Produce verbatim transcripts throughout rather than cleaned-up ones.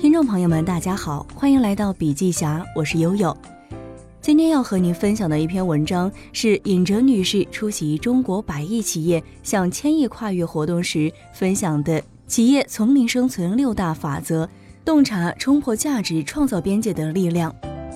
听众朋友们大家好，欢迎来到笔记侠，我是悠悠。今天要和您分享的一篇文章是尹哲女士出席中国百亿企业向千亿跨越活动时分享的企业从零生存六大法则，洞察冲破价值创造边界的力量。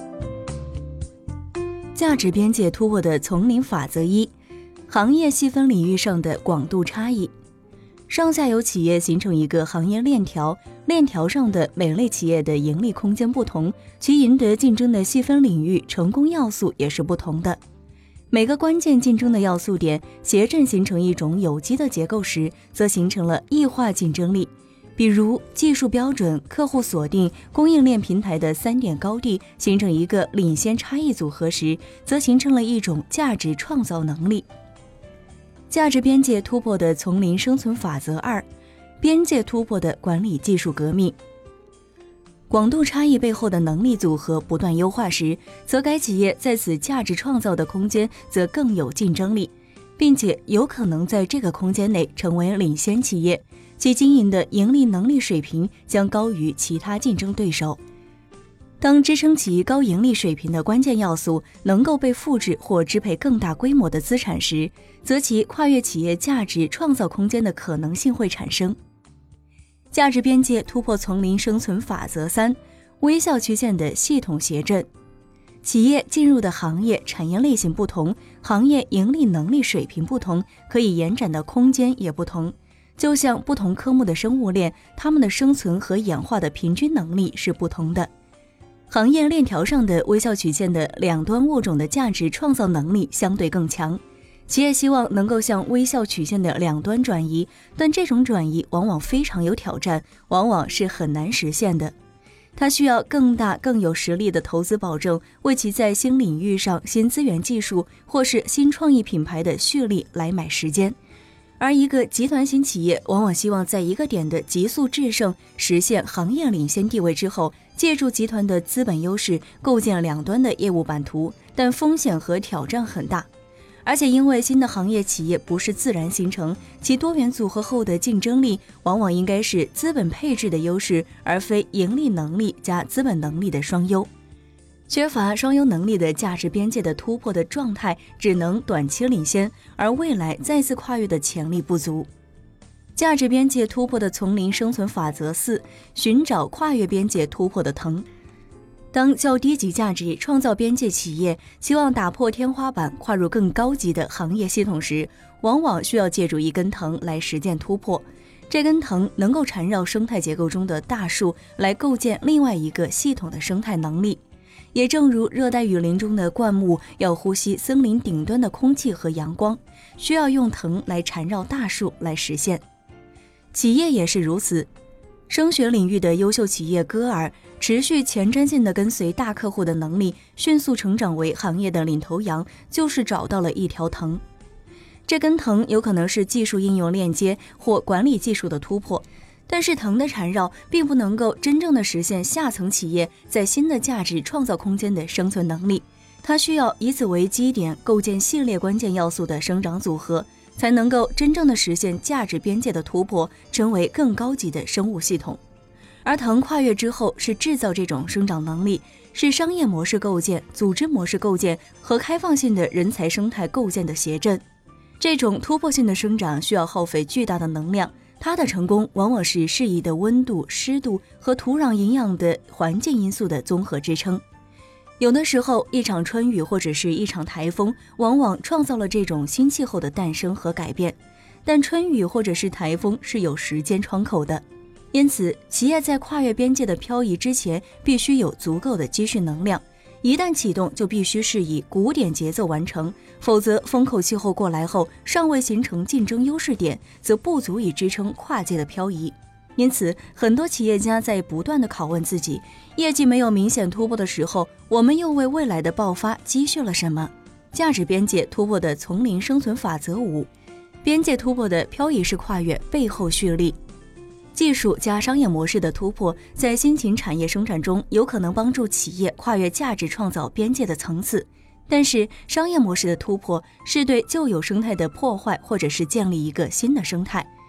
价值边界突破的从零法则一，行业细分领域上的广度差异。上下游企业形成一个行业链条，链条上的每类企业的盈利空间不同，其赢得竞争的细分领域成功要素也是不同的。每个关键竞争的要素点协振形成一种有机的结构时，则形成了异化竞争力。比如技术标准、客户锁定、供应链平台的三点高地形成一个领先差异组合时，则形成了一种价值创造能力。价值边界突破的从零生存法则二，边界突破的管理技术革命。广度差异背后的能力组合不断优化时，则该企业在此价值创造的空间则更有竞争力，并且有可能在这个空间内成为领先企业，其经营的盈利能力水平将高于其他竞争对手。当支撑其高盈利水平的关键要素能够被复制或支配更大规模的资产时，则其跨越企业价值创造空间的可能性会产生。价值边界突破从零生存法则三，微笑曲线的系统协振。企业进入的行业产业类型不同，行业盈利能力水平不同，可以延展的空间也不同。就像不同科目的生物链，它们的生存和演化的平均能力是不同的。行业链条上的微笑曲线的两端物种的价值创造能力相对更强，企业希望能够向微笑曲线的两端转移，但这种转移往往非常有挑战，往往是很难实现的。它需要更大更有实力的投资保证，为其在新领域上新资源技术或是新创意品牌的蓄力来买时间。而一个集团型企业往往希望在一个点的急速制胜，实现行业领先地位之后，借助集团的资本优势构建两端的业务版图，但风险和挑战很大。而且因为新的行业企业不是自然形成，其多元组合后的竞争力往往应该是资本配置的优势，而非盈利能力加资本能力的双优。缺乏双优能力的价值边界的突破的状态只能短期领先，而未来再次跨越的潜力不足。价值边界突破的从零生存法则四，寻找跨越边界突破的藤。当较低级价值创造边界企业希望打破天花板跨入更高级的行业系统时，往往需要借助一根藤来实践突破。这根藤能够缠绕生态结构中的大树，来构建另外一个系统的生态能力。也正如热带雨林中的灌木要呼吸森林顶端的空气和阳光，需要用藤来缠绕大树来实现。企业也是如此，声学领域的优秀企业歌尔，持续前瞻性的跟随大客户的能力，迅速成长为行业的领头羊，就是找到了一条藤。这根藤有可能是技术应用链接或管理技术的突破，但是藤的缠绕并不能够真正的实现下层企业在新的价值创造空间的生存能力，它需要以此为基点构建系列关键要素的生长组合，才能够真正的实现价值边界的突破，成为更高级的生物系统。而藤跨越之后是制造这种生长能力，是商业模式构建、组织模式构建和开放性的人才生态构建的协振。这种突破性的生长需要耗费巨大的能量，它的成功往往是适宜的温度、湿度和土壤营养的环境因素的综合支撑。有的时候，一场春雨或者是一场台风，往往创造了这种新气候的诞生和改变。但春雨或者是台风是有时间窗口的，因此，企业在跨越边界的漂移之前，必须有足够的积蓄能量。一旦启动，就必须是以古典节奏完成，否则风口气候过来后，尚未形成竞争优势点，则不足以支撑跨界的漂移。因此，很多企业家在不断地拷问自己，业绩没有明显突破的时候，我们又为未来的爆发积蓄了什么？价值边界突破的从零生存法则五，边界突破的漂移式跨越背后蓄力。技术加商业模式的突破，在新型产业生产中有可能帮助企业跨越价值创造边界的层次，但是商业模式的突破是对旧有生态的破坏，或者是建立一个新的生态。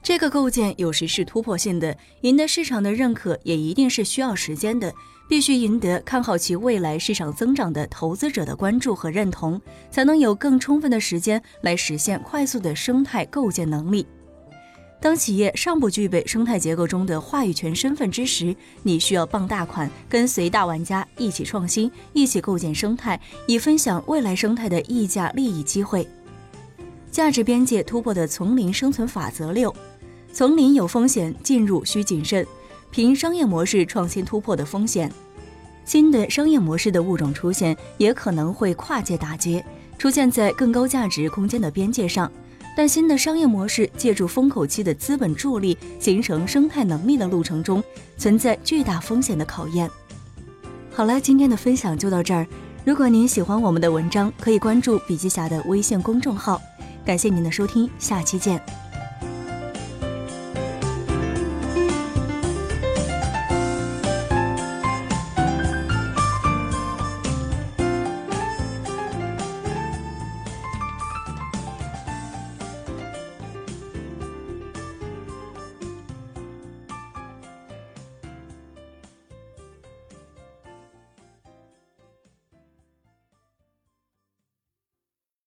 这个构建有时是突破性的，赢得市场的认可也一定是需要时间的，必须赢得看好其未来市场增长的投资者的关注和认同，才能有更充分的时间来实现快速的生态构建能力。当企业尚不具备生态结构中的话语权身份之时，你需要傍大款，跟随大玩家一起创新，一起构建生态，以分享未来生态的溢价利益机会。价值边界突破的丛林生存法则六：丛林有风险，进入需谨慎。凭商业模式创新突破的风险，新的商业模式的物种出现，也可能会跨界打劫，出现在更高价值空间的边界上。但新的商业模式借助风口期的资本助力，形成生态能力的路程中，存在巨大风险的考验。好了，今天的分享就到这儿。如果您喜欢我们的文章，可以关注笔记侠的微信公众号。感谢您的收听，下期见。